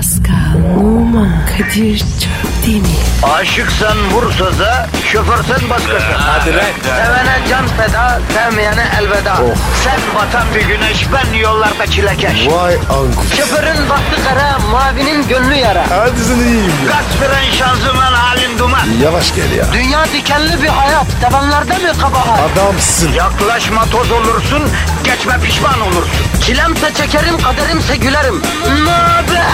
Pascal, Oman, Kadir çok değil mi? Aşıksan vursa da, şoförsen başkasın. Hadi lan. Sevene can feda, sevmeyene elveda. Sen batan bir güneş, ben yollarda çilekeş. Vay anku. Şoförün baktı kara, mavinin gönlü yara. Hadi sen iyiyim ya. Kasperen şanzıman halin duman. Yavaş gel ya. Dünya dikenli bir hayat, sevenlerde mi kabahar? Adamsın. Yaklaşma toz olursun, geçme pişman olursun. Çilemse çekerim, kaderimse gülerim. Möber!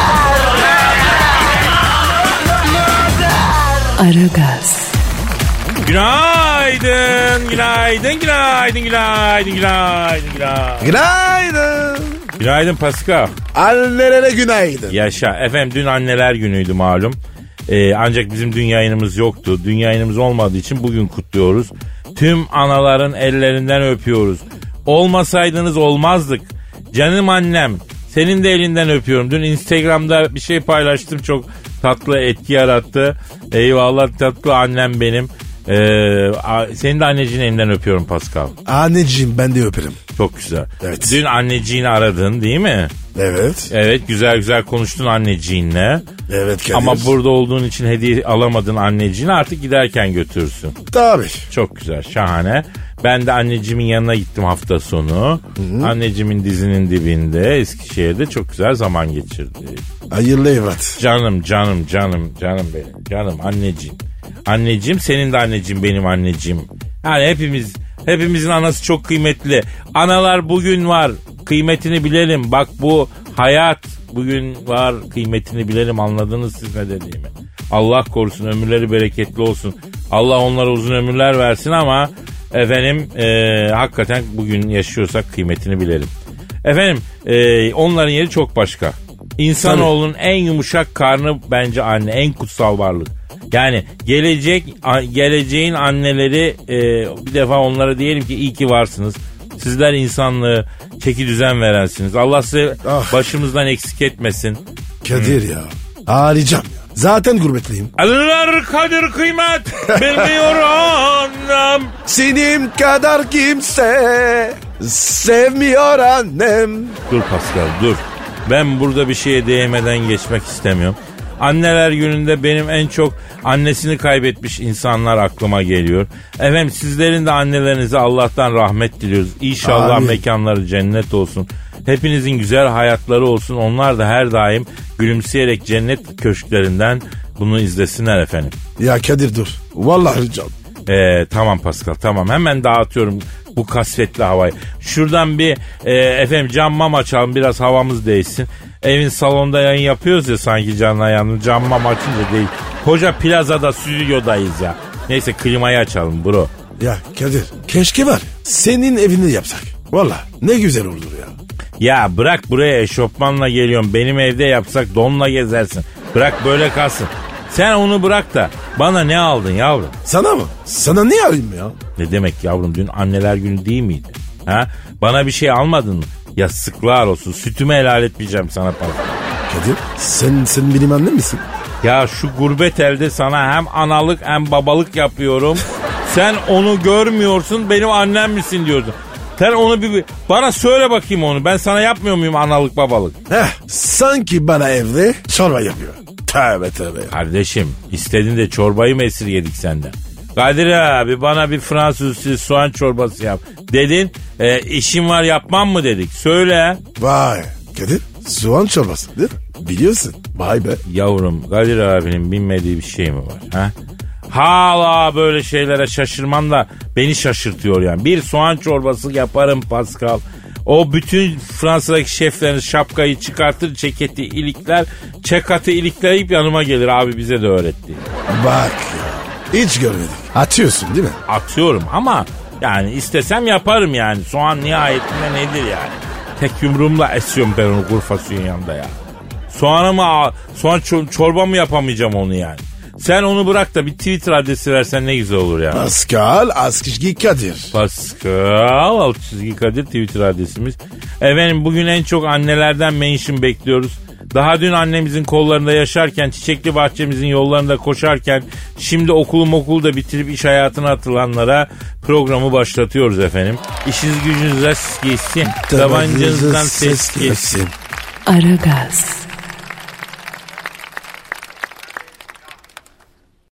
Aragaz, Günaydın, günaydın, günaydın, günaydın, günaydın, günaydın. Günaydın. Günaydın Pascal. Annelere günaydın. Yaşa. Efendim dün anneler günüydü malum. Ancak bizim dün yayınımız yoktu. Dün yayınımız olmadığı için bugün kutluyoruz. Tüm anaların ellerinden öpüyoruz. Olmasaydınız olmazdık. Canım annem, senin de elinden öpüyorum. Dün Instagram'da bir şey paylaştım, çok tatlı etki yarattı. Eyvallah tatlı annem benim. Senin de anneciğin elinden öpüyorum Pascal. Anneciğim ben de öperim. Çok güzel. Evet. Dün anneciğini aradın değil mi? Evet. Evet, güzel güzel konuştun anneciğinle. Evet Kadir. Ama burada olduğun için hediye alamadın anneciğini, artık giderken götürürsün. Tabii. Çok güzel, şahane. Ben de anneciğimin yanına gittim hafta sonu. Hı-hı. Anneciğimin dizinin dibinde Eskişehir'de çok güzel zaman geçirdik. Hayırlı evlat. Canım benim. Canım anneciğim. Anneciğim, senin de anneciğim benim anneciğim. Yani hepimizin anası çok kıymetli. Analar bugün var, kıymetini bilelim. Bak bu hayat bugün var, kıymetini bilelim. Anladınız siz ne dediğimi? Allah korusun, ömürleri bereketli olsun. Allah onlara uzun ömürler versin ama efendim hakikaten bugün yaşıyorsak kıymetini bilelim. Efendim onların yeri çok başka. İnsanoğlunun en yumuşak karnı bence anne, en kutsal varlık. Yani geleceğin anneleri, bir defa onlara diyelim ki iyi ki varsınız. Sizler insanlığı çeki düzen verensiniz. Allah size başımızdan eksik etmesin. Kadir ya. Ağlayacağım ya. Zaten gurbetliyim. Allah kadir kıymet bilmiyor annem. Senin kadar kimse sevmiyor annem. Dur Pascal dur. Ben burada bir şeye değmeden geçmek istemiyorum. Anneler gününde benim en çok annesini kaybetmiş insanlar aklıma geliyor. Efendim sizlerin de annelerinize Allah'tan rahmet diliyoruz. İnşallah Amin. Mekanları cennet olsun. Hepinizin güzel hayatları olsun. Onlar da her daim gülümseyerek cennet köşklerinden bunu izlesinler efendim. Ya Kadir dur. Vallahi can. Tamam Pascal, tamam, hemen dağıtıyorum bu kasvetli havayı. Şuradan bir efendim cam açalım, biraz havamız değişsin. Evin salonda yayın yapıyoruz ya sanki canlı yayın. Cam açınca değil. Koca plazada stüdyodayız ya. Neyse klimayı açalım bro. Ya Kadir keşke var senin evini yapsak. Vallahi ne güzel olur ya. Ya bırak, buraya eşofmanla geliyorum. Benim evde yapsak donla gezersin. Bırak böyle kalsın. Sen onu bırak da bana ne aldın yavrum? Sana mı? Sana ne alayım ya? Ne demek yavrum, dün anneler günü değil miydi? Ha? Bana bir şey almadın mı? Yazıklar olsun, sütümü helal etmeyeceğim sana para. Kadir sen benim annem misin? Ya şu gurbet elde sana hem analık hem babalık yapıyorum. Sen onu görmüyorsun, benim annem misin diyordun. Sen onu bana söyle bakayım onu. Ben sana yapmıyor muyum analık babalık? Sanki bana evde çorba yapıyor. Tövbe. Kardeşim istedin de çorbayı mı esirgedik senden? Kadir abi bana bir Fransız soğan çorbası yap dedin. İşim var yapmam mı dedik. Söyle. Vay Kadir soğan çorbası değil mi? Biliyorsun. Vay be. Yavrum Kadir abinin bilmediği bir şey mi var? Ha? Hala böyle şeylere şaşırman da beni şaşırtıyor yani. Bir soğan çorbası yaparım Pascal. O bütün Fransa'daki şeflerin şapkayı çıkartır, ceketi ilikler, çekatı ilikleyip yanıma gelir, abi bize de öğretti. Bak ya hiç görmedik. Atıyorsun değil mi? Atıyorum ama yani istesem yaparım yani. Soğan nihayetinde nedir yani? Tek yumruğumla esiyorum ben onu kuru fasulyenin yanında ya. Soğan çorba mı yapamayacağım onu yani? Sen onu bırak da bir Twitter adresi versen ne güzel olur ya. Pascal Askışgi Kadir. Pascal Askışgi Kadir Twitter adresimiz. Efendim bugün en çok annelerden mention bekliyoruz. Daha dün annemizin kollarında yaşarken, çiçekli bahçemizin yollarında koşarken, şimdi okulu da bitirip iş hayatına atılanlara programı başlatıyoruz efendim. İşiniz gücünüz rast gelsin, tabancanızdan ses gelsin. Aragaz.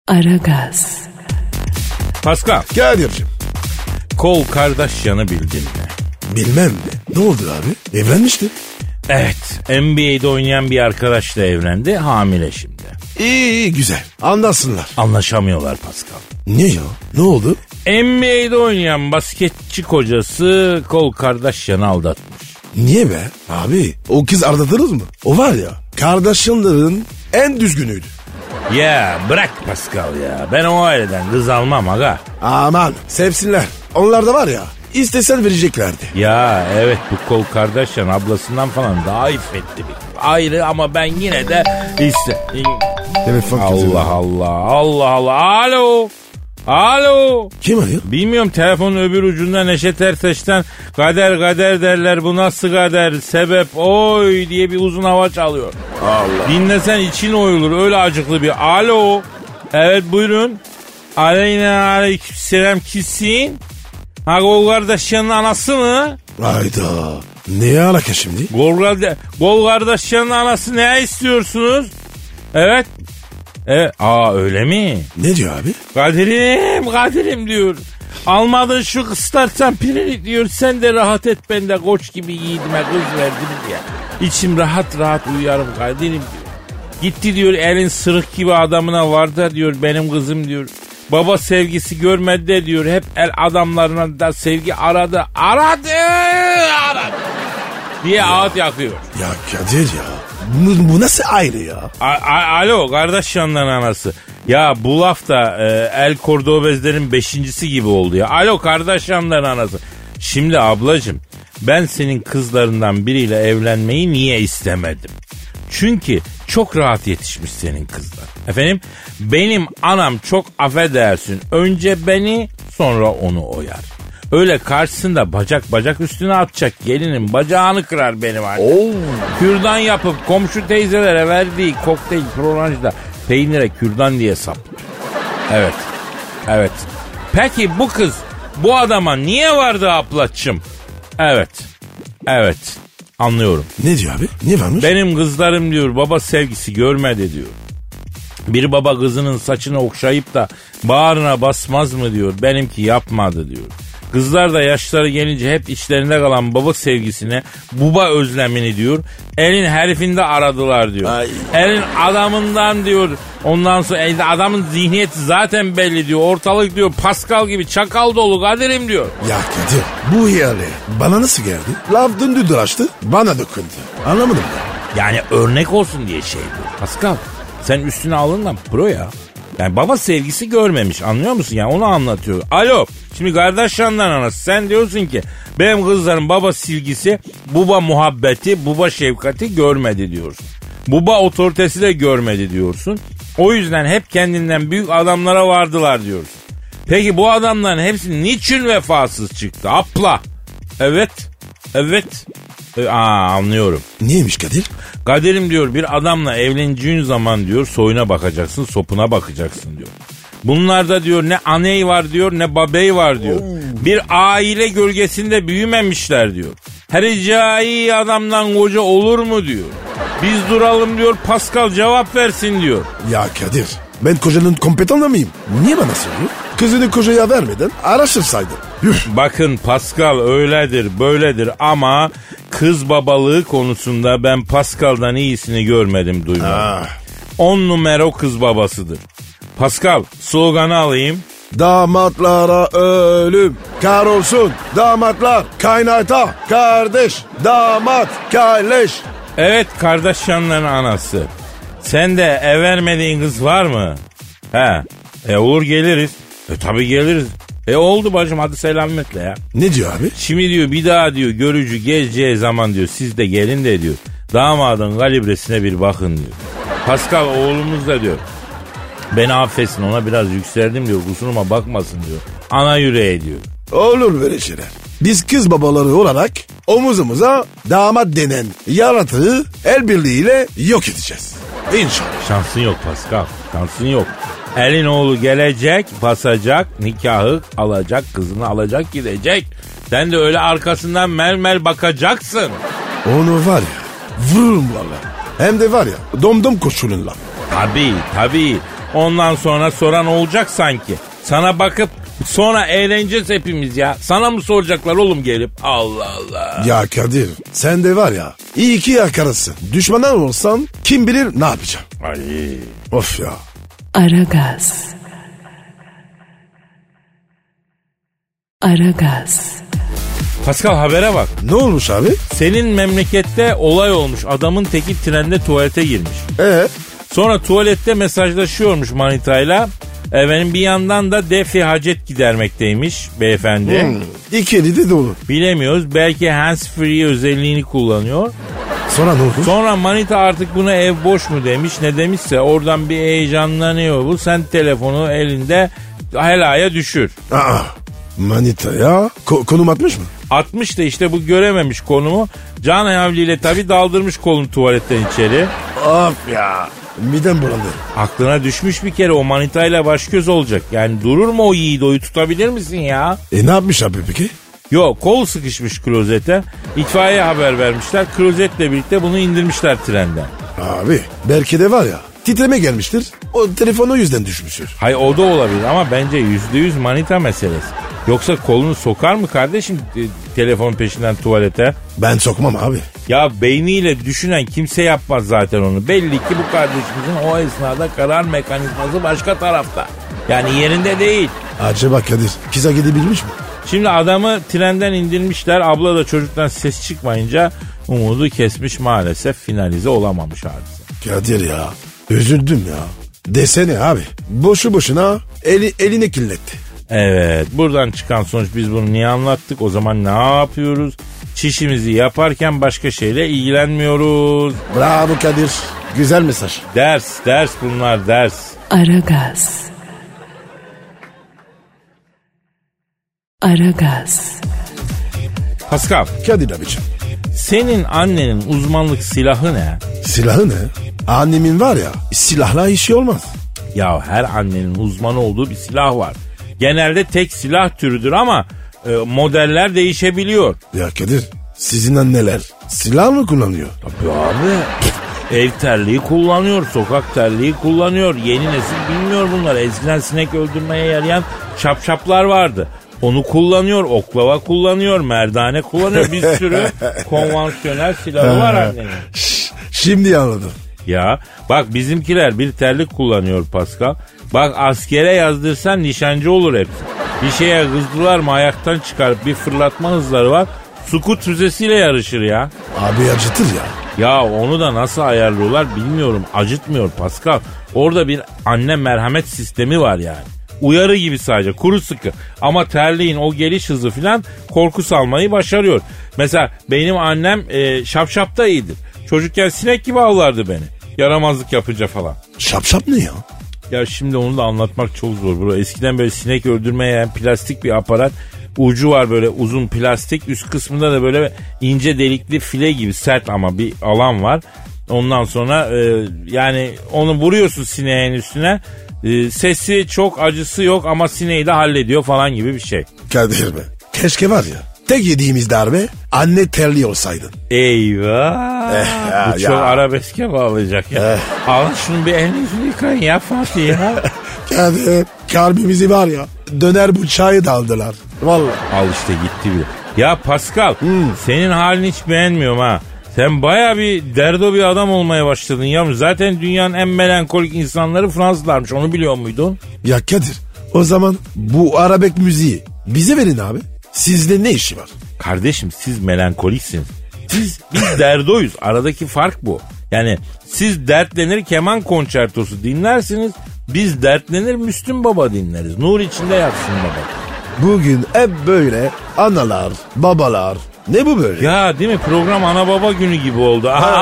Aragaz. Pascal, Kadir'cim. Kol Kardashian'ı bildin mi? Bilmem ne. Ne oldu abi? Evlenmişti. Evet, NBA'de oynayan bir arkadaşla evlendi, hamile şimdi. İyi güzel. Anlasınlar. Anlaşamıyorlar Pascal. Ne ya? Ne oldu? NBA'de oynayan basketçi kocası Kol Kardashian'ı aldatmış. Niye be? Abi o kız aldatılır mı? O var ya kardeşlerin en düzgünüydü. Ya bırak Pascal ya, ben o aileden kız almam aga. Aman sevsinler. Onlar da var ya istesen vereceklerdi. Ya evet, bu Kol Kardashian ablasından falan daha iffetli bir ayrı ama ben yine de Telefon Allah Allah Allah Allah. Alo. Kim arıyor? Bilmiyorum, telefonun öbür ucunda Neşet Ertaş'tan kader derler, bu nasıl kader, sebep oy diye bir uzun hava çalıyor. Allah. Dinlesen için oyulur, öyle acıklı bir. Alo. Evet buyurun. Aleykümselam, kimsin? Ha, Kol Kardashian'ın anası mı? Hayda. Ne alaka şimdi? Kol Kardashian'ın anası, ne istiyorsunuz? Evet. Evet. Aa öyle mi? Ne diyor abi? Kadir'im diyor. Almadın şu kıstarsan pirini diyor. Sen de rahat et, ben de koç gibi yiğidime kız verdim ya. İçim rahat uyuyarım Kadir'im diyor. Gitti diyor, elin sırık gibi adamına vardı diyor, benim kızım diyor. Baba sevgisi görmedi de diyor. Hep el adamlarına da sevgi aradı diye ağıt yakıyor. Ya Kadir ya. Bu nasıl ayrı ya? Alo, Kardashian'ların anası. Ya bu laf da El Cordobes'lerin 5.'si gibi oldu ya. Alo, Kardashian'ların anası. Şimdi ablacığım, ben senin kızlarından biriyle evlenmeyi niye istemedim? Çünkü çok rahat yetişmiş senin kızlar. Efendim, benim anam çok affedersin, önce beni sonra onu oyar. Öyle karşısında bacak üstüne atacak gelinin bacağını kırar benim annem. Kürdan yapıp komşu teyzelere verdiği kokteyl proranjda peynire kürdan diye saplıyor. Evet. Peki bu kız bu adama niye vardı ablaçım? Evet. Anlıyorum. Ne diyor abi? Ne varmış? Benim kızlarım diyor baba sevgisi görmedi diyor. Bir baba kızının saçını okşayıp da bağrına basmaz mı diyor. Benimki yapmadı diyor. Kızlar da yaşları gelince hep içlerinde kalan baba sevgisine, baba özlemini diyor, elin herifinde aradılar diyor. Ay. Elin adamından diyor. Ondan sonra adamın zihniyeti zaten belli diyor. Ortalık diyor Pascal gibi çakal dolu Kadir'im diyor. Ya Kadir bu hiyale bana nasıl geldi? Laf döndü dolaştı bana dokundu. Anlamadım ya. Yani örnek olsun diye şey diyor. Pascal sen üstüne alınma bro ya. Yani baba sevgisi görmemiş, anlıyor musun? Yani onu anlatıyor. Alo, şimdi Kardashian'dan anası, sen diyorsun ki benim kızların baba sevgisi, baba muhabbeti, baba şefkati görmedi diyorsun. Baba otoritesi de görmedi diyorsun. O yüzden hep kendinden büyük adamlara vardılar diyorsun. Peki bu adamların hepsi niçin vefasız çıktı? Apla. Evet. Anlıyorum. Neymiş Kadir? Kadir'im diyor, bir adamla evleneceğin zaman diyor soyuna bakacaksın, sopuna bakacaksın diyor. Bunlarda diyor ne aney var diyor, ne babey var diyor. Bir aile gölgesinde büyümemişler diyor. Her ricai adamdan koca olur mu diyor. Biz duralım diyor, Pascal cevap versin diyor. Ya Kadir ben kocanın kompetanı mıyım? Niye bana soruyor? Kızını kocaya vermeden araştırsaydım. Bakın Pascal öyledir böyledir ama kız babalığı konusunda ben Pascal'dan iyisini görmedim, duymadım. 10 numara kız babasıdır. Pascal, sloganı alayım. Damatlara ölüm kahrolsun. Damatlar kaynata kardeş. Damat kardeş. Evet, Kardashian'ların anası. Sen de vermediğin kız var mı? Olur geliriz. Tabii geliriz. Oldu bacım, hadi selametle ya. Ne diyor abi? Şimdi diyor bir daha diyor görücü geleceği zaman diyor siz de gelin de diyor damadın kalibresine bir bakın diyor. Pascal oğlumuz da diyor beni affetsin, ona biraz yükseldim diyor, kusuruma bakmasın diyor. Ana yüreği diyor. Olur böyle şeyler. Biz kız babaları olarak omuzumuza damat denen yaratığı el birliğiyle yok edeceğiz. İnşallah. Şansın yok Pascal, şansın yok. Elin oğlu gelecek, basacak, nikahı alacak, kızını alacak, gidecek. Sen de öyle arkasından mel bakacaksın. Onu var ya vururum valla. Hem de var ya domdom koşulunla. Tabii. Ondan sonra soran olacak sanki. Sana bakıp sonra eğleneceğiz hepimiz ya. Sana mı soracaklar oğlum gelip? Allah Allah. Ya Kadir sen de var ya iyi ki yakarısın. Düşmandan olsan kim bilir ne yapacağım. Ay. Of ya. Aragaz. Aragaz. Pascal habere bak. Ne olmuş abi? Senin memlekette olay olmuş. Adamın teki trende tuvalete girmiş. Sonra tuvalette mesajlaşıyormuş manitayla. Efendim bir yandan da defi hacet gidermekteymiş beyefendi. İki eli de dolu. Bilemiyoruz. Belki hands free özelliğini kullanıyor. Sonra ne oldu? Sonra manita artık buna ev boş mu demiş. Ne demişse oradan bir heyecanlanıyor bu. Sen telefonu elinde helaya düşür. Manita ya. Konum atmış mı? Atmış da işte bu görememiş konumu. Can havliyle tabii daldırmış kolunu tuvaletten içeri. Of ya. Midem bulandı. Aklına düşmüş bir kere o manitayla baş göz olacak. Yani durur mu o yiğidoyu, tutabilir misin ya? Ne yapmış abi peki? Yok, kol sıkışmış klozete. İtfaiye haber vermişler. Klozetle birlikte bunu indirmişler trenden. Abi belki de var ya titreme gelmiştir. O telefonu yüzden düşmüştür. Hay o da olabilir ama bence %100 manita meselesi. Yoksa kolunu sokar mı kardeşim telefon peşinden tuvalete? Ben sokmam abi. Ya beyniyle düşünen kimse yapmaz zaten onu. Belli ki bu kardeşimizin o esnada karar mekanizması başka tarafta. Yani yerinde değil. Acaba Kadir kıza gidebilmiş mi? Şimdi adamı trenden indirmişler. Abla da çocuktan ses çıkmayınca umudu kesmiş, maalesef finalize olamamış hadise. Kadir ya üzüldüm ya. Desene abi boşu boşuna elini kirletti. Evet, buradan çıkan sonuç biz bunu niye anlattık? O zaman ne yapıyoruz? Çişimizi yaparken başka şeyle ilgilenmiyoruz. Bravo Kadir. Güzel mesaj. Ders bunlar, ders. Aragaz. Aragaz. Pascal, Kadir abicim. senin annenin uzmanlık silahı ne? Silahı ne? Annemin var ya silahla işi olmaz. Ya her annenin uzmanı olduğu bir silah var. Genelde tek silah türüdür ama modeller değişebiliyor. Ya Kadir sizin anneler silah mı kullanıyor? Tabii abi. Ev terliği kullanıyor, sokak terliği kullanıyor. Yeni nesil bilmiyor bunları. Eskiden sinek öldürmeye yarayan şapşaplar vardı. Onu kullanıyor, oklava kullanıyor, merdane kullanıyor. Bir sürü konvansiyonel silahı var annenin. Şimdi anladım. Ya bak bizimkiler bir terlik kullanıyor Pascal. Bak askere yazdırsan nişancı olur hepsi. Bir şeye kızdılar mı ayaktan çıkarıp bir fırlatma hızları var. Sukut füzesiyle yarışır ya. Abi acıtır ya. Ya onu da nasıl ayarlıyorlar bilmiyorum. Acıtmıyor Pascal. Orada bir anne merhamet sistemi var yani. Uyarı gibi sadece, kuru sıkı. Ama terliğin o geliş hızı filan korku salmayı başarıyor. Mesela benim annem şapşapta iyidir. Çocukken sinek gibi avlardı beni. Yaramazlık yapınca falan. Şapşap ne ya? Ya şimdi onu da anlatmak çok zor bro. Eskiden böyle sinek öldürmeye yarayan plastik bir aparat. Ucu var böyle uzun plastik. Üst kısmında da böyle ince delikli file gibi sert ama bir alan var. Ondan sonra yani onu vuruyorsun sineğin üstüne. Sesi çok, acısı yok ama sineği de hallediyor falan gibi bir şey. Kadir be. Keşke var ya. Tek yediğimiz darbe anne terliği olsaydın. Eyvah. Bu çok arabeske bağlayacak ya. Alın şunu bir elinizi yıkayın ya Fatih ya. Kadir kalbimizi var ya döner bıçağı daldılar. Vallahi. Al işte gitti bir. Ya Pascal senin halini hiç beğenmiyorum ha. Sen baya bir derdo bir adam olmaya başladın ya. Zaten dünyanın en melankolik insanları Fransızlarmış, onu biliyor muydun? Ya Kadir o zaman bu arabek müziği bize verin abi. Sizde ne işi var? Kardeşim siz melankoliksiniz. Biz derdoyuz. Aradaki fark bu. Yani siz dertlenir keman konçertosu dinlersiniz. Biz dertlenir Müslüm Baba dinleriz. Nur içinde yatsın baba. Bugün hep böyle analar, babalar. Ne bu böyle? Ya değil mi? Program ana baba günü gibi oldu.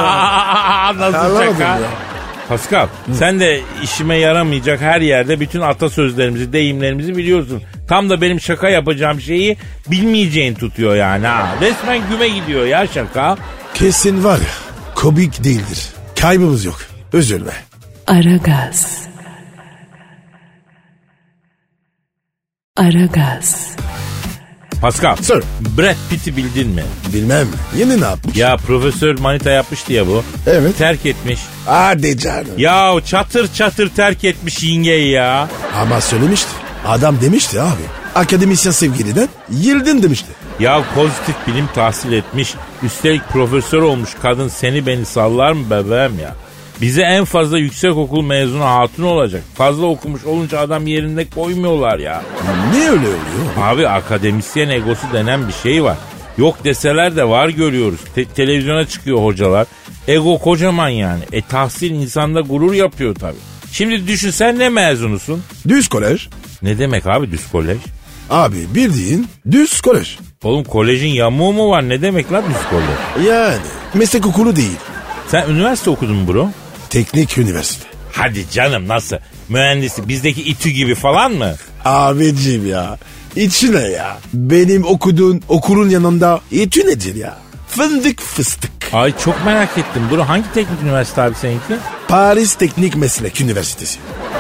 Nasıl şaka? Pascal sen de işime yaramayacak her yerde bütün atasözlerimizi, deyimlerimizi biliyorsun. Tam da benim şaka yapacağım şeyi bilmeyeceğin tutuyor yani ha. Resmen güme gidiyor ya şaka. Kesin var ya komik değildir. Kaybımız yok. Üzülme. Aragaz. Aragaz. Pascal. Sir. Brad Pitt'i bildin mi? Bilmem. Yeni ne yapmış? Ya Profesör Manita yapmıştı ya bu. Evet. Terk etmiş. Hadi canım. Ya çatır çatır terk etmiş yengeyi ya. Ama söylemişti. Adam demişti abi. Akademisyen sevgiliden yıldın demişti. Ya pozitif bilim tahsil etmiş. Üstelik profesör olmuş kadın seni beni sallar mı bebeğim ya? Bize en fazla yüksekokul mezunu hatun olacak. Fazla okumuş olunca adam yerinde koymuyorlar ya. Ne öyle oluyor? Abi akademisyen egosu denen bir şey var. Yok deseler de var görüyoruz. Televizyona çıkıyor hocalar. Ego kocaman yani. Tahsil insanda gurur yapıyor tabii. Şimdi düşün sen ne mezunusun? Düz kolej. Ne demek abi düz kolej? Abi bildiğin düz kolej. Oğlum kolejin yamuğu mu var? Ne demek lan düz kolej? Yani meslek okulu değil. Sen üniversite okudun mu bro? Teknik üniversite. Hadi canım nasıl? Mühendisi bizdeki İTÜ gibi falan mı? Abicim ya. İçine ya. Benim okuduğun okulun yanında İTÜ nedir ya? Fındık fıstık. Ay çok merak ettim. Bro hangi teknik üniversite abi seninki? Paris Teknik Meslek Üniversitesi.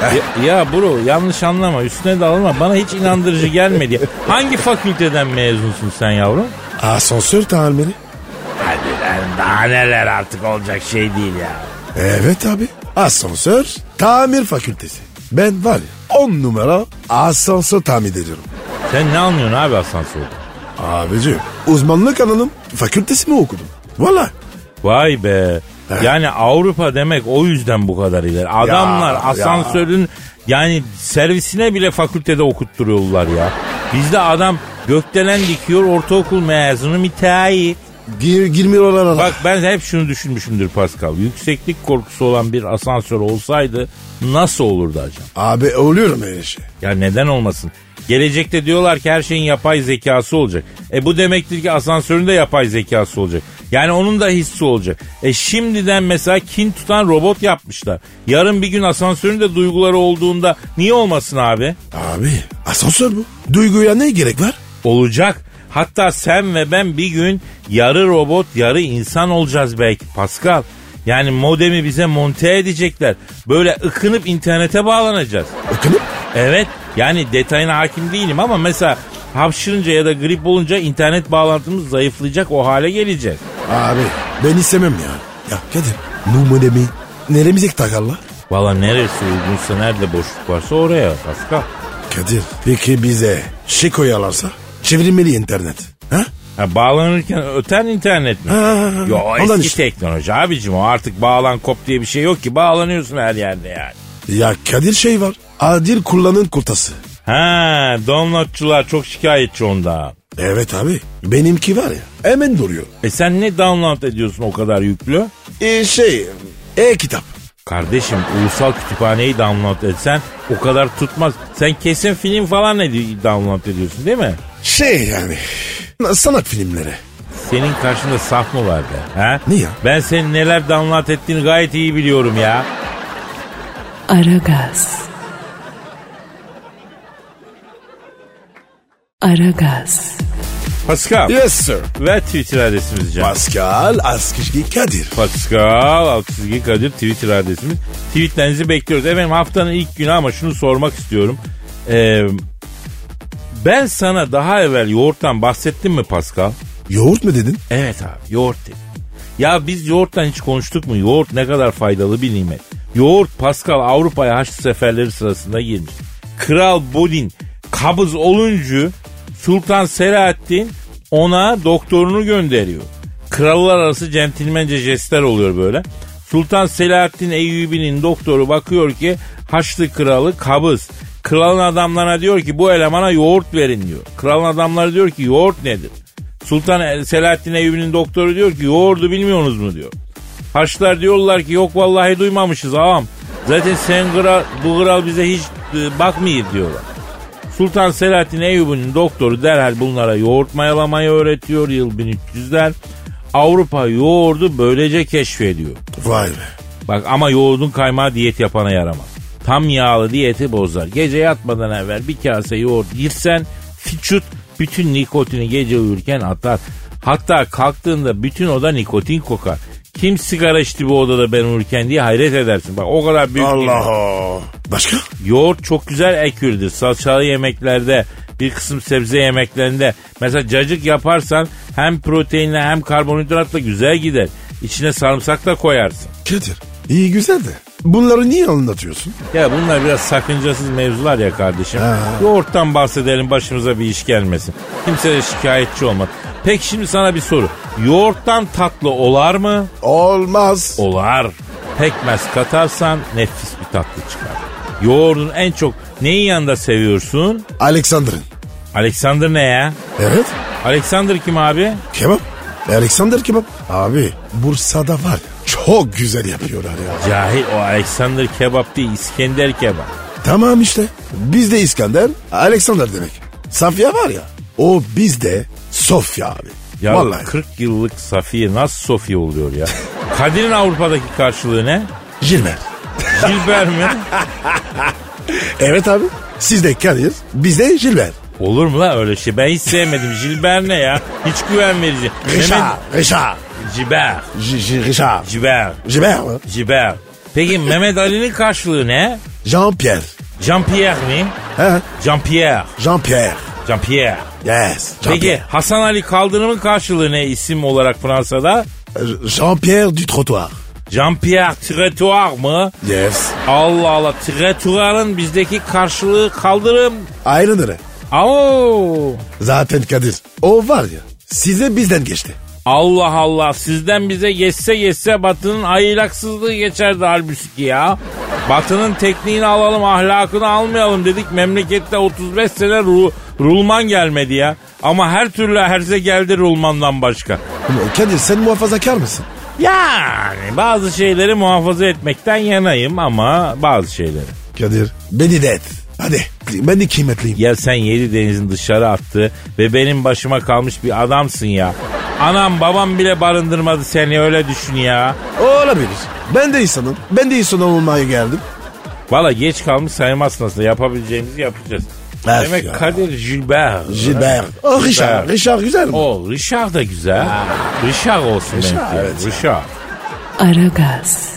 Ya bro yanlış anlama üstüne de alma. Bana hiç inandırıcı gelmedi. Hangi fakülteden mezunsun sen yavrum? Asansör tamiri. Hadi lan daha neler artık olacak şey değil ya. Evet abi. Asansör tamir fakültesi. Ben var ya 10 numara asansör tamir ediyorum. Sen ne anlıyorsun abi asansörde? Abici uzmanlık alanım fakültesi mi okudum? Valla. Vay be. Yani Avrupa demek o yüzden bu kadar ileri. Adamlar asansörün yani servisine bile fakültede okutturuyorlar ya. Bizde adam gökdelen dikiyor ortaokul mezunu müteahhit. Girmiyorlar. Bak ben hep şunu düşünmüşümdür Pascal. Yükseklik korkusu olan bir asansör olsaydı nasıl olurdu acaba? Abi oluyorum öyle şey. Ya neden olmasın? Gelecekte diyorlar ki her şeyin yapay zekası olacak. Bu demektir ki asansörün de yapay zekası olacak. Yani onun da hissi olacak. Şimdiden mesela kin tutan robot yapmışlar. Yarın bir gün asansörün de duyguları olduğunda niye olmasın abi? Abi asansör bu. Duyguya ne gerek var? Olacak. Hatta sen ve ben bir gün yarı robot yarı insan olacağız belki Pascal. Yani modemi bize monte edecekler. Böyle ıkınıp internete bağlanacağız. Ikınıp? Evet. Yani detayına hakim değilim ama mesela hapşırınca ya da grip olunca internet bağlantımız zayıflayacak o hale geleceğiz. Abi ben istemem ya. Ya Kadir bu modemi neremize takarlar? Valla neresi uygunsa nerede boşluk varsa oraya Pascal. Kadir peki bize şey koyarlarsa çevrilmeli internet. Ha? Bağlanırken öten internet mi? Yo eski işte teknoloji abicim o artık bağlan kop diye bir şey yok ki bağlanıyorsun her yerde yani. Ya Kadir şey var adil kullanın kurtası. Downloadçular çok şikayetçi onda. Evet abi benimki var ya hemen duruyor. Sen ne download ediyorsun o kadar yüklü? E-kitap. Kardeşim ulusal kütüphaneyi download etsen o kadar tutmaz. Sen kesin film falan download ediyorsun değil mi? Yani sanat filmleri. Senin karşında saf mı var be? Ha? Ne ya? Ben senin neler download ettiğini gayet iyi biliyorum ya. Aragaz. Aragaz. Pascal. Yes sir. Ve Twitter adresimiz canım. Pascal Askışki Kadir. Pascal Askışki Kadir Twitter adresimiz. Tweetlerinizi bekliyoruz. Efendim haftanın ilk günü ama şunu sormak istiyorum. Ben sana daha evvel yoğurttan bahsettim mi Pascal? Yoğurt mu dedin? Evet abi yoğurt dedim. Ya biz yoğurttan hiç konuştuk mu? Yoğurt ne kadar faydalı bir nimet. Yoğurt Pascal Avrupa'ya Haçlı seferleri sırasında girmiş. Kral Bodin kabız olunca Sultan Selahaddin ona doktorunu gönderiyor. Krallar arası centilmence jestler oluyor böyle. Sultan Selahaddin Eyyubi'nin doktoru bakıyor ki Haçlı kralı kabız. Kralın adamlarına diyor ki bu elemana yoğurt verin diyor. Kralın adamları diyor ki yoğurt nedir? Sultan Selahaddin Eyyubi'nin doktoru diyor ki yoğurdu bilmiyorsunuz mu diyor. Haçlılar diyorlar ki yok vallahi duymamışız ağam. Zaten bu kral bize hiç bakmıyor diyorlar. Sultan Selahaddin Eyyubi'nin doktoru derhal bunlara yoğurt mayalamayı öğretiyor yıl 1300'ler. Avrupa yoğurdu böylece keşfediyor. Vay be. Bak ama yoğurdun kaymağı diyet yapana yaramaz. Tam yağlı diyeti bozar. Gece yatmadan evvel bir kase yoğurt yersen vücut bütün nikotini gece uyurken atar. Hatta kalktığında bütün oda nikotin kokar. Kim sigara içti bu odada ben uyurken diye hayret edersin. Bak o kadar büyük. Allah. Başka? Yoğurt çok güzel ekürdür. Salçalı yemeklerde bir kısım sebze yemeklerinde. Mesela cacık yaparsan hem proteinle hem karbonhidratla güzel gider. İçine sarımsak da koyarsın. Kadir iyi güzel de bunları niye anlatıyorsun? Ya bunlar biraz sakıncasız mevzular ya kardeşim. Yoğurttan bahsedelim, başımıza bir iş gelmesin. Kimse de şikayetçi olmaz. Peki şimdi sana bir soru. Yoğurttan tatlı olar mı? Olmaz. Olar. Pekmez katarsan nefis bir tatlı çıkar. Yoğurdun en çok neyin yanında seviyorsun? Alexander'ın. Alexander ne ya? Evet. Alexander kim abi? Kebap. Alexander kebap. Abi Bursa'da var ya, çok güzel yapıyorlar ya. Cahil, o Alexander kebap değil, İskender kebap. Tamam işte. Bizde İskender, Alexander demek. Safya var ya, o bizde Sofya abi. Ya vallahi. 40 yıllık Safiye nasıl Sofya oluyor ya? Kadir'in Avrupa'daki karşılığı ne? Gilbert. Gilbert mi? Evet abi. Sizde Kadir, bizde Gilbert. Olur mu la öyle şey? Ben hiç sevmedim. Gilbert ne ya? Hiç güven verici. Richard. Gilbert. Richard. Gilbert. Gilbert mı? Gilbert. Peki Mehmet Ali'nin karşılığı ne? Jean-Pierre. Jean-Pierre mi? He? Jean-Pierre. Jean-Pierre. Jean-Pierre. Yes. Peki Hasan Ali Kaldırım'ın karşılığı ne isim olarak Fransa'da? Jean-Pierre du trottoir. Jean-Pierre Trottoir mı? Yes. Allah Allah, Trottoir'ın bizdeki karşılığı kaldırım. Aynen öyle. Oo. Zaten Kadir, o var ya, size bizden geçti. Allah Allah, sizden bize geçse Batı'nın ahlaksızlığı geçerdi halbuki ya. Batı'nın tekniğini alalım, ahlakını almayalım dedik. Memlekette 35 sene rulman gelmedi ya. Ama her türlü herze geldi rulmandan başka. Kadir, sen muhafazakar mısın? Yani bazı şeyleri muhafaza etmekten yanayım ama bazı şeyleri. Kadir, beni de et. Hadi, ben de kıymetliyim. Ya sen 7 denizin dışarı attı ve benim başıma kalmış bir adamsın ya. Anam babam bile barındırmadı seni, öyle düşün ya. Olabilir. Ben de insanım. Ben de insan olmaya geldim. Valla geç kalmış sayılmazsın aslında. Yapabileceğimizi yapacağız. Demek ya. Kadir Gilbert. Gilbert. Oh Richard. Richard güzel mi? O Richard da güzel. Richard olsun Richard, belki. evet. Richard. Aragaz.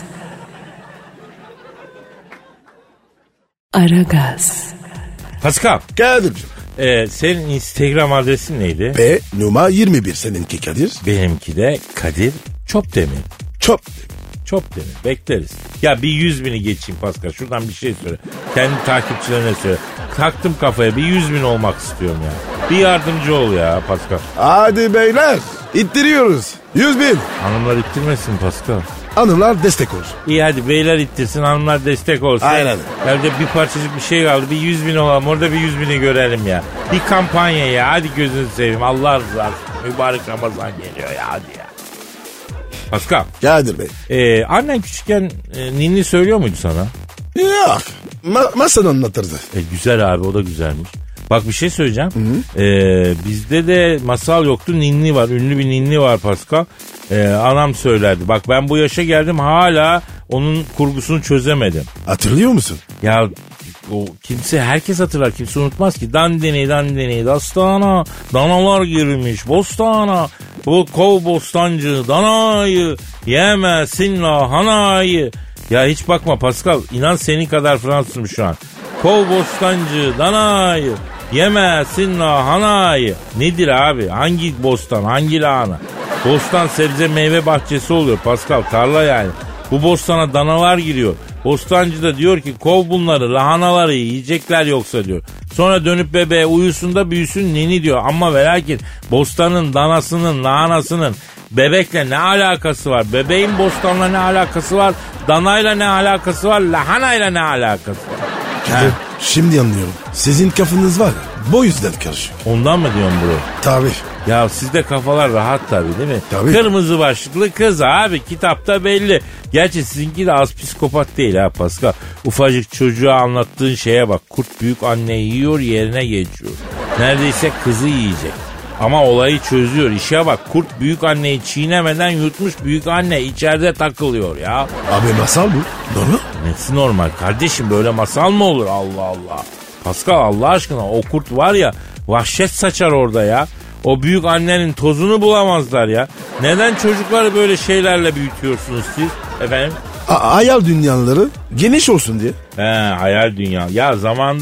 Aragaz. Pascal, Kadir'cim. senin Instagram adresin neydi? Ve numara 21 seninki Kadir. Benimki de Kadir Çopdemir. Çok. Çopdemir. Bekleriz. Ya bir 100.000'i geçeyim Pascal. Şuradan bir şey söyle. Kendi takipçilerine söyle. Taktım kafaya, bir 100.000 olmak istiyorum ya. Bir yardımcı ol ya Pascal. Hadi beyler. İttiriyoruz. 100.000. Hanımlar ittirmesin Pascal. Hanımlar destek olsun. İyi hadi beyler ittirsin, hanımlar destek olsun. Aynen. Evde bir parçacık bir şey kaldı. Bir 100.000 olalım, orada bir 100.000'i görelim ya. Bir kampanya ya, hadi gözünü seveyim. Allah rızası için. Mübarek Ramazan geliyor ya, hadi ya. Pascal. Kadir Bey. Annen küçükken ninni söylüyor muydu sana? Yok. Masan anlatırdı. Güzel abi, o da güzelmiş. Bak bir şey söyleyeceğim. Bizde de masal yoktu, ninni var. Ünlü bir ninni var Pascal. Anam söylerdi. Bak ben bu yaşa geldim, hala onun kurgusunu çözemedim. Hatırlıyor musun? Ya o herkes hatırlar, kimse unutmaz ki. Dandini dastana, danalar girmiş bostana. Bu kov bostancı danayı, yemesin lahanayı. Ya hiç bakma Pascal, inan senin kadar Fransızım şu an. Kov bostancı danayı, yemesin lahanayı. Nedir abi? Hangi bostan, hangi lahana? Bostan sebze meyve bahçesi oluyor Pascal, tarla yani. Bu bostana danalar giriyor. Bostancı da diyor ki kov bunları, lahanaları yiyecekler yoksa diyor. Sonra dönüp bebeğe uyusun da büyüsün nini diyor. Ama ve lakin bostanın danasının, lahanasının bebekle ne alakası var? Bebeğin bostanla ne alakası var? Danayla ne alakası var? Lahanayla ne alakası var? Kadir, şimdi anlıyorum. Sizin kafanız var ya, bu yüzden karışıyor. Ondan mı diyorsun bro? Tabii. Ya sizde kafalar rahat tabii değil mi? Tabii. Kırmızı başlıklı kız abi, kitapta belli. Gerçi sizinki de az psikopat değil ha Pascal. Ufacık çocuğa anlattığın şeye bak. Kurt büyük anneyi yiyor, yerine geçiyor. Neredeyse kızı yiyecek. Ama olayı çözüyor. İşe bak, kurt büyük anneyi çiğnemeden yutmuş, büyük anne içeride takılıyor ya. Abi masal bu. Normal. Nesi normal kardeşim, böyle masal mı olur? Allah Allah. Pascal Allah aşkına, o kurt var ya, vahşet saçar orada ya. O büyük annenin tozunu bulamazlar ya. Neden çocukları böyle şeylerle büyütüyorsunuz siz efendim? Hayal dünyaları geniş olsun diye. Hayal dünya. Ya zamanında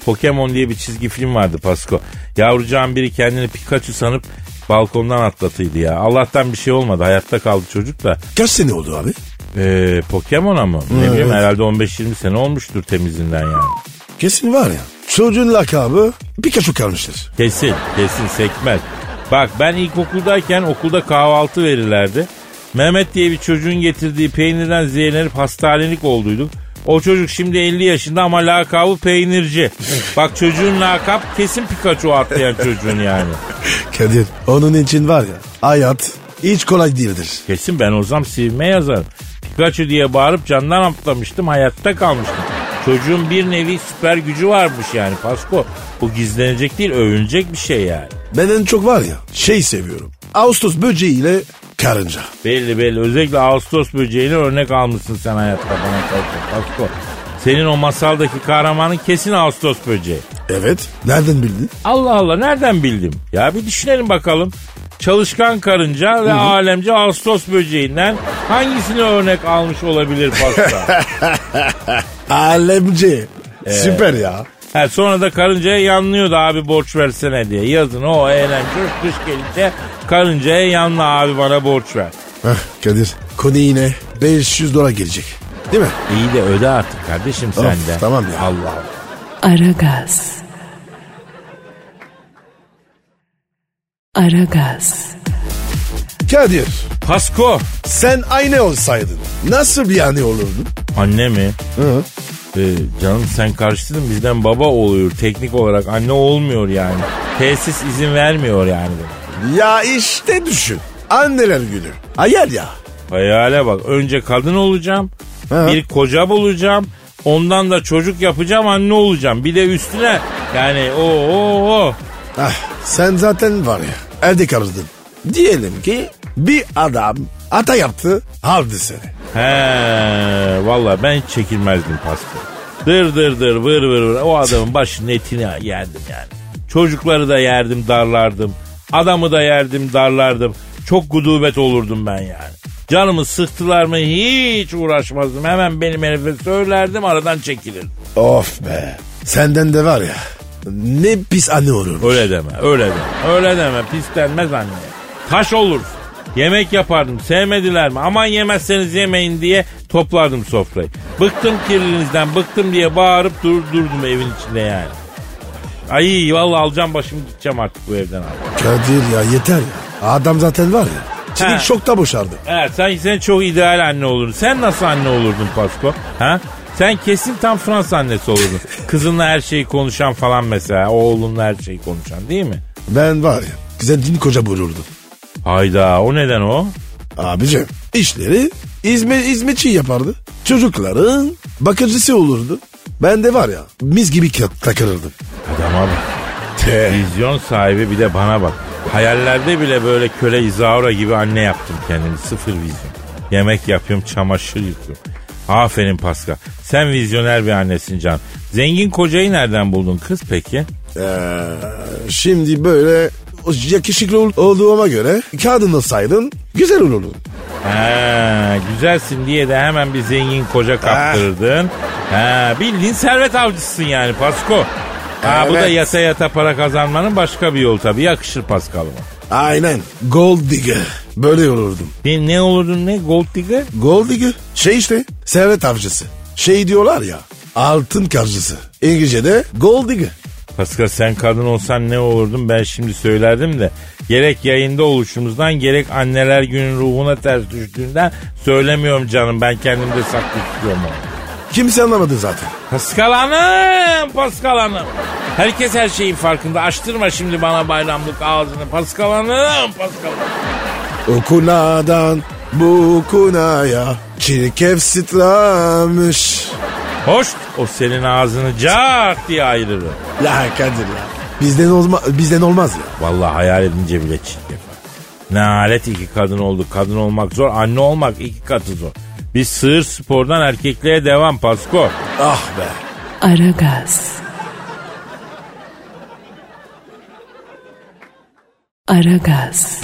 Pokemon diye bir çizgi film vardı Pasko. Yavrucağın biri kendini Pikachu sanıp balkondan atlatıydı ya. Allah'tan bir şey olmadı. Hayatta kaldı çocuk da. Kaç sene oldu abi? Pokemon'a mı? Ne bileyim herhalde 15-20 sene olmuştur temizinden yani. Kesin var ya. Çocuğun lakabı Pikachu kalmıştır. Kesin sekmez. Bak ben ilkokuldayken okulda kahvaltı verirlerdi. Mehmet diye bir çocuğun getirdiği peynirden zehirlenip hastanelik olduyduk. O çocuk şimdi 50 yaşında ama lakabı peynirci. Bak çocuğun lakap kesin Pikachu atlayan çocuğun yani. Kadir onun için var ya hayat hiç kolay değildir. Kesin ben olsam CV'me yazarım. Pikachu diye bağırıp candan atlamıştım, hayatta kalmıştım. Çocuğun bir nevi süper gücü varmış yani Pasko. Bu gizlenecek değil, övünecek bir şey yani. Ben en çok var ya seviyorum. Ağustos böceğiyle karınca. Belli. Özellikle Ağustos böceğini örnek almışsın sen hayatta bana Pasko. Senin o masaldaki kahramanın kesin Ağustos böceği. Evet. Nereden bildin? Allah nereden bildim? Ya bir düşünelim bakalım. Çalışkan karınca ve alemci Ağustos böceğinden hangisini örnek almış olabilir Pasko? Alemci. Süper ya. Sonra da karıncaya yanlıyordu abi borç versene diye. Yazın o eğlence kış gelince karıncaya yanla abi bana borç ver. Kadir konu yine $500 gelecek. Değil mi? İyi de öde artık kardeşim sen de. Tamam ya. Allah. Aragaz. Kadir. Pasko. Sen anne olsaydın nasıl bir anne olurdun? Anne mi? Hı. Canım sen karıştırdın bizden baba oluyor. Teknik olarak anne olmuyor yani. Tesis izin vermiyor yani. Ya işte düşün. Anneler günü. Hayal ya. Hayale bak. Önce kadın olacağım. Hı. Bir koca bulacağım. Ondan da çocuk yapacağım, anne olacağım. Bir de üstüne yani Sen zaten var ya evde kalırdın. Diyelim ki bir adam hata yaptı, aldı seni. Vallahi ben hiç çekilmezdim Pasko. Dır vır o adamın başının etini yerdim yani. Çocukları da yerdim, darlardım. Adamı da yerdim, darlardım. Çok gudubet olurdum ben yani. Canımı sıktılar mı hiç uğraşmazdım. Hemen benim herife söylerdim, aradan çekilirdim. Of be. Senden de var ya ne pis anne olur. Öyle deme. Pis denmez anne. Taş olursun. Yemek yapardım. Sevmediler mi? Aman yemezseniz yemeyin diye toplardım sofrayı. Bıktım kirlinizden, bıktım diye bağırıp durdum evin içinde yani. Ay vallahi alacağım başımı gideceğim artık bu evden abi. Kadir ya yeter ya. Adam zaten var ya. Şimdi şokta boşardı. Evet sen çok ideal anne olurdun. Sen nasıl anne olurdun Pasko? Sen kesin tam Fransız annesi olurdun. Kızınla her şeyi konuşan falan mesela. Oğlunla her şeyi konuşan değil mi? Ben var ya zengin koca bulurdum. Hayda o neden o? Abicim işleri hizmetçi yapardı. Çocukların bakıcısı olurdu. Ben de var ya mis gibi takılırdım. Adama bak. Vizyon sahibi bir de bana bak. Hayallerde bile böyle köle İzaura gibi anne yaptım kendimi. Sıfır vizyon. Yemek yapıyorum, çamaşır yıkıyorum. Aferin Pascal. Sen vizyoner bir annesin can. Zengin kocayı nereden buldun kız peki? Şimdi böyle yakışıklı olduğuma göre kadın olsaydın güzel olurdun. Güzelsin diye de hemen bir zengin koca kaptırdın. Bildiğin servet avcısın yani Pasko. Evet. Bu da yata para kazanmanın başka bir yolu tabii. Yakışır Pascal'ıma. Aynen. Gold digger. Böyle olurdum. Ne olurdun ne? Gold digger? Gold digger. İşte servet avcısı. Diyorlar ya altın kazıcısı. İngilizce'de gold digger. Pascal sen kadın olsan ne olurdun ben şimdi söylerdim de. Gerek yayında oluşumuzdan gerek anneler günün ruhuna ters düştüğünden söylemiyorum canım. Ben kendimde saklı tutuyorum onu. Kimse anlamadı zaten. Pascal Hanım. Herkes her şeyin farkında. Açtırma şimdi bana bayramlık ağzını. Pascal Hanım. O kunadan bu kunaya çirkef sıtlamış. Hoş o senin ağzını cak diye ayırır. Ya Kadir ya. Bizden olmaz ya. Vallahi hayal edince bile çirkef. Ne alet iki kadın oldu. Kadın olmak zor. Anne olmak iki katı zor. Biz sığır spordan erkekliğe devam Pasko. Ah be. Aragaz.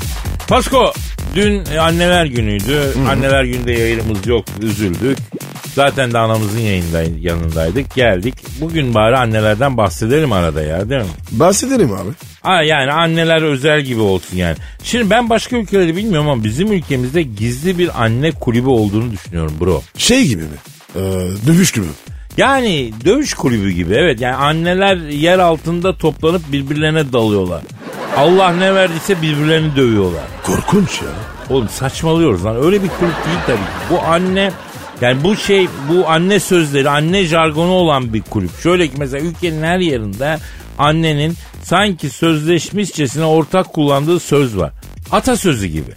Pasko dün anneler günüydü. Anneler günde yayınımız yoktu. Üzüldük. Zaten de anamızın yanındaydık. Geldik. Bugün bari annelerden bahsedelim arada ya, değil mi? Bahsedelim abi. Yani anneler özel gibi olsun yani. Şimdi ben başka ülkeleri bilmiyorum ama bizim ülkemizde gizli bir anne kulübü olduğunu düşünüyorum bro. Şey gibi mi? Dövüş gibi. Yani dövüş kulübü gibi, evet. Yani anneler yer altında toplanıp birbirlerine dalıyorlar. Allah ne verdiyse birbirlerini dövüyorlar. Korkunç ya. Oğlum saçmalıyoruz lan. Öyle bir kulüp değil tabii ki. Bu anne, yani bu anne sözleri, anne jargonu olan bir kulüp. Şöyle ki mesela ülkenin her yerinde annenin sanki sözleşmişçesine ortak kullandığı söz var. Atasözü gibi.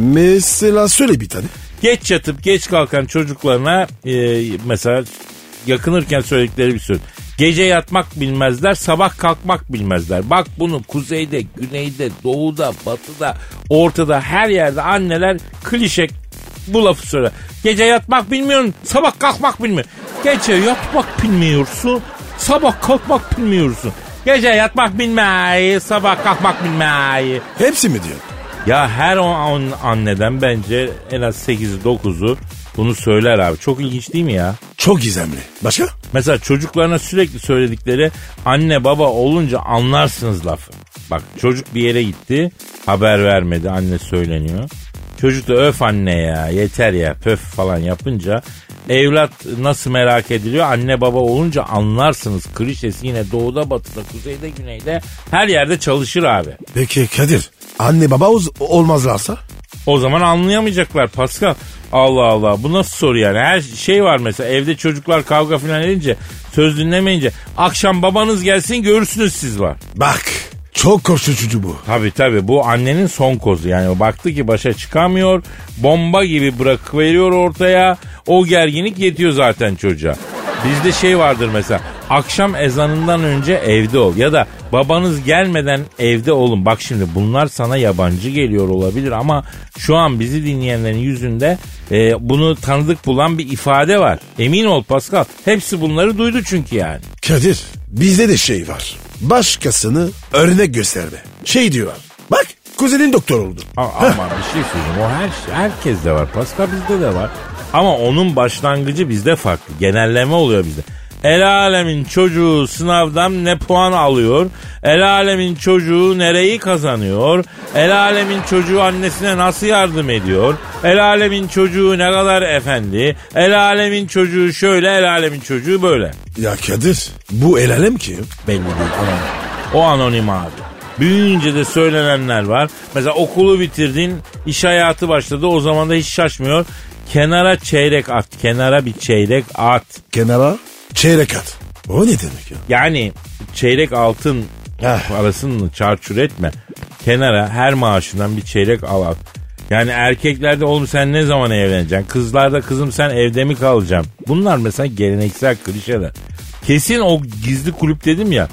Mesela söyle bir tane. Geç yatıp geç kalkan çocuklarına mesela yakınırken söyledikleri bir söz. Gece yatmak bilmezler, sabah kalkmak bilmezler. Bak bunu kuzeyde, güneyde, doğuda, batıda, ortada her yerde anneler klişe bu lafı söyler. Gece yatmak bilmiyorsun, sabah kalkmak bilmiyorsun. Gece yatmak bilmiyorsun, sabah kalkmak bilmiyorsun. Gece yatmak bilmeyi, sabah kalkmak bilmeyi. Hepsi mi diyor? Ya her anneden bence en az 8'i 9'u bunu söyler abi. Çok ilginç değil mi ya? Çok gizemli. Başka? Mesela çocuklarına sürekli söyledikleri anne baba olunca anlarsınız lafı. Bak çocuk bir yere gitti, haber vermedi, anne söyleniyor. Çocuk da öf anne ya, yeter ya, pöf falan yapınca evlat nasıl merak ediliyor? Anne baba olunca anlarsınız. Klişesi yine doğuda, batıda, kuzeyde, güneyde her yerde çalışır abi. Peki Kadir, anne baba olmazlarsa? O zaman anlayamayacaklar Pascal. Allah Allah, bu nasıl soru yani? Her şey var mesela, evde çocuklar kavga falan edince, söz dinlemeyince akşam babanız gelsin görürsünüz siz var. Bak çok korkutucu bu. Tabii bu annenin son kozu yani. O baktı ki başa çıkamıyor, bomba gibi bırakıveriyor ortaya, o gerginlik yetiyor zaten çocuğa. Bizde şey vardır mesela, akşam ezanından önce evde ol ya da babanız gelmeden evde olun. Bak şimdi bunlar sana yabancı geliyor olabilir ama şu an bizi dinleyenlerin yüzünde bunu tanıdık bulan bir ifade var. Emin ol Pascal, hepsi bunları duydu çünkü yani. Kadir, bizde de şey var. Başkasını örnek gösterme. Şey diyorlar. Bak kuzenin doktor oldu. Ama bir şey söyleyeyim, o herkes de var Pascal, bizde de var. Ama onun başlangıcı bizde farklı. Genelleme oluyor bizde. El alemin çocuğu sınavdan ne puan alıyor? El alemin çocuğu nereyi kazanıyor? El alemin çocuğu annesine nasıl yardım ediyor? El alemin çocuğu ne kadar efendi? El alemin çocuğu şöyle, el alemin çocuğu böyle. Ya Kadir, bu el alem kim? Belli değil, anonim. O anonim abi. Büyüyünce de söylenenler var. Mesela okulu bitirdin, iş hayatı başladı, o zaman da hiç şaşmıyor. Kenara çeyrek at. Kenara bir çeyrek at. Kenara çeyrek at. O ne demek ya? Yani çeyrek altın parasını çarçur etme. Kenara her maaşından bir çeyrek al at. Yani erkeklerde oğlum sen ne zaman evleneceksin? Kızlarda kızım sen evde mi kalacaksın? Bunlar mesela geleneksel klişeler. Kesin o gizli kulüp dedim ya.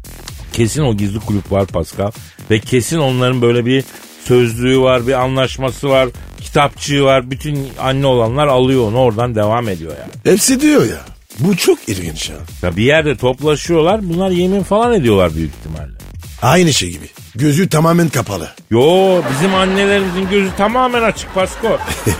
Kesin o gizli kulüp var Pascal. Ve kesin onların böyle bir sözlüğü var, bir anlaşması var, kitapçığı var. Bütün anne olanlar alıyor onu, oradan devam ediyor yani. Hepsi diyor ya. Bu çok ilginç ya. Ya bir yerde toplaşıyorlar, bunlar yemin falan ediyorlar büyük ihtimalle. Aynı şey gibi. Gözü tamamen kapalı. Yo, bizim annelerimizin gözü tamamen açık Pasko.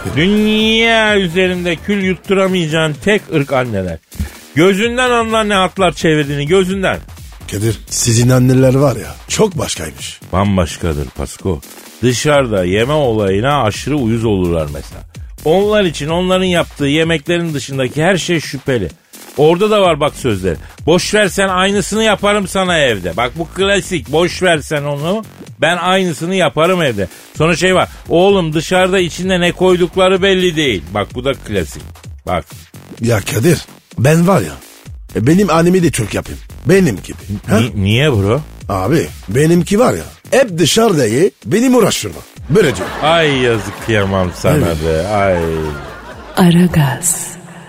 Dünya üzerinde kül yutturamayacağın tek ırk anneler. Gözünden anlar ne hatlar çevirdiğini, gözünden. Kadir, sizin anneler var ya çok başkaymış. Bambaşkadır Pasko. Dışarıda yeme olayına aşırı uyuz olurlar mesela. Onlar için onların yaptığı yemeklerin dışındaki her şey şüpheli. Orada da var bak sözleri. Boş ver sen aynısını yaparım sana evde. Bak bu klasik, boş ver sen onu, ben aynısını yaparım evde. Sonra şey var, oğlum dışarıda içinde ne koydukları belli değil. Bak bu da klasik. Bak. Ya Kadir, ben var ya benim annemi de çok yapayım. Benim gibi. Niye bro? Abi benimki var ya hep dışarıda ye, benim uğraştırma. Böyle diyor. Ay yazık, kıyamam sana Evet. be. Ay. Aragaz.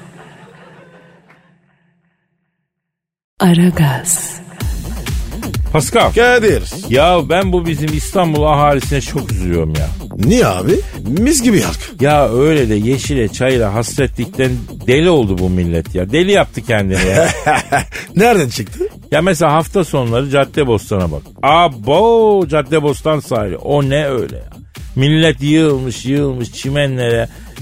Aragaz. Pascal. Kadir. Ya ben bu bizim İstanbul ahalisine çok üzülüyorum ya. Niye abi? Mis gibi halk. Ya öyle de yeşile çayıra hasretlikten deli oldu bu millet ya. Deli yaptı kendini ya. Nereden çıktı? Ya mesela hafta sonları Caddebostan'a bak. Abo, Caddebostan sahili. O ne öyle ya. Millet yığılmış çimenlere.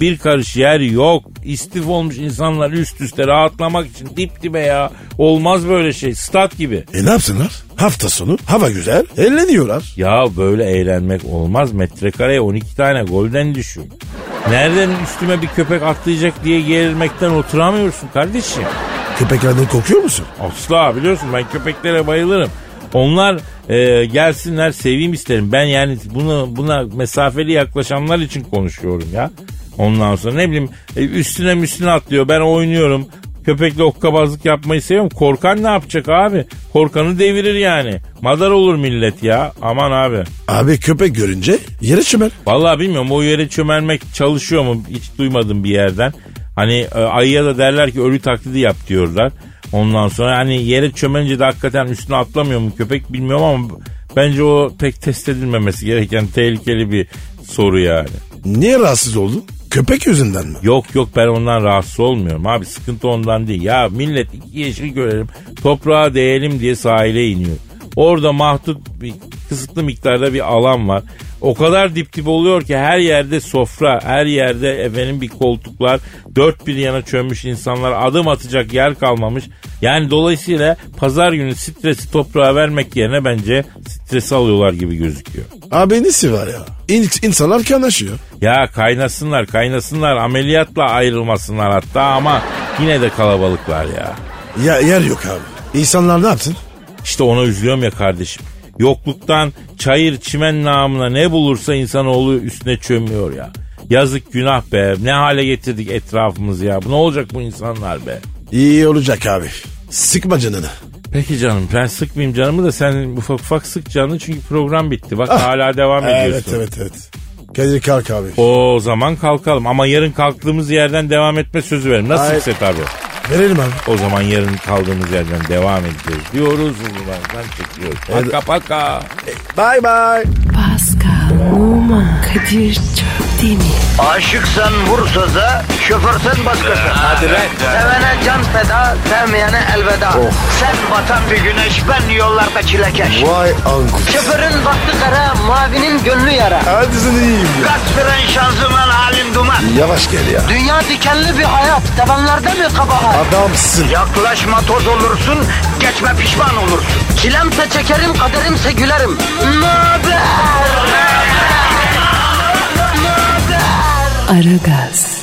bir karış yer yok. İstif olmuş insanlar üst üste rahatlamak için dip dibe ya. Olmaz böyle şey, stat gibi. Ne yapsınlar? Hafta sonu hava güzel eğleniyorlar. Ya böyle eğlenmek olmaz. Metrekareye 12 tane golden düşün. Nereden üstüme bir köpek atlayacak diye gerilmekten oturamıyorsun kardeşim. Köpeklerden korkuyor musun? Asla, biliyorsun ben köpeklere bayılırım. Onlar gelsinler, seveyim isterim. Ben yani buna mesafeli yaklaşanlar için konuşuyorum ya. Ondan sonra ne bileyim üstüne atlıyor, ben oynuyorum. Köpekle hokkabazlık yapmayı seviyorum. Korkan ne yapacak abi? Korkanı devirir yani. Madar olur millet ya. Aman abi. Abi köpek görünce yere çömer. Vallahi bilmiyorum, o yere çömelmek çalışıyor mu hiç duymadım bir yerden. Hani ayıya da derler ki ölü taklidi yap diyorlar. Ondan sonra hani yere çömelince de hakikaten üstüne atlamıyor mu köpek bilmiyorum ama bence o pek test edilmemesi gereken tehlikeli bir soru yani. Niye rahatsız oldun? Köpek yüzünden mi? Yok ben ondan rahatsız olmuyorum abi, sıkıntı ondan değil. Ya millet iki yeşil görelim, toprağa değelim diye sahile iniyor. Orada mahdut bir kısıtlı miktarda bir alan var. O kadar dip dip oluyor ki her yerde sofra, her yerde bir koltuklar, dört bir yana çömmüş insanlar, adım atacak yer kalmamış. Yani dolayısıyla pazar günü stresi toprağa vermek yerine bence stresi alıyorlar gibi gözüküyor. Abi nesi var ya? İnsanlar kaynaşıyor. Ya kaynasınlar ameliyatla ayrılmasınlar hatta ama yine de kalabalıklar ya. Ya yer yok abi. İnsanlar ne yapsın? İşte ona üzülüyorum ya kardeşim. Yokluktan çayır çimen namına ne bulursa insanoğlu üstüne çömüyor ya. Yazık, günah be. Ne hale getirdik etrafımızı ya. Bu ne olacak bu insanlar be? İyi olacak abi. Sıkma canını. Peki canım, ben sıkmayayım canımı da sen ufak sık canını çünkü program bitti. Bak hala devam ediyorsun. Evet. Kadir kalk abi. O zaman kalkalım ama yarın kalktığımız yerden devam etme sözü verim. Nasılsa tabii. Verelim abi. O zaman yarın kaldığımız yerden devam edeceğiz diyoruz. Uzunlardan çekiyoruz. Paka. Bye bye. Pascal, Oman, Kadir çok değil mi? Aşıksan vursa da, şoförsen başkasın. Hadi lan. Sevene can feda, sevmeyene elveda. Sen batan bir güneş, ben yollarda çilekeş. Vay anku. Şoförün baktı kara, mavinin gönlü yara. Hadi sen iyiyim ya. Kasperen şanzıman halin duman. Yavaş gel ya. Dünya dikenli bir hayat, sevenlerde mi kabahar? Adamsın. Yaklaşma toz olursun, geçme pişman olursun. Çilemse çekerim, kaderimse gülerim. Möber! Aragaz.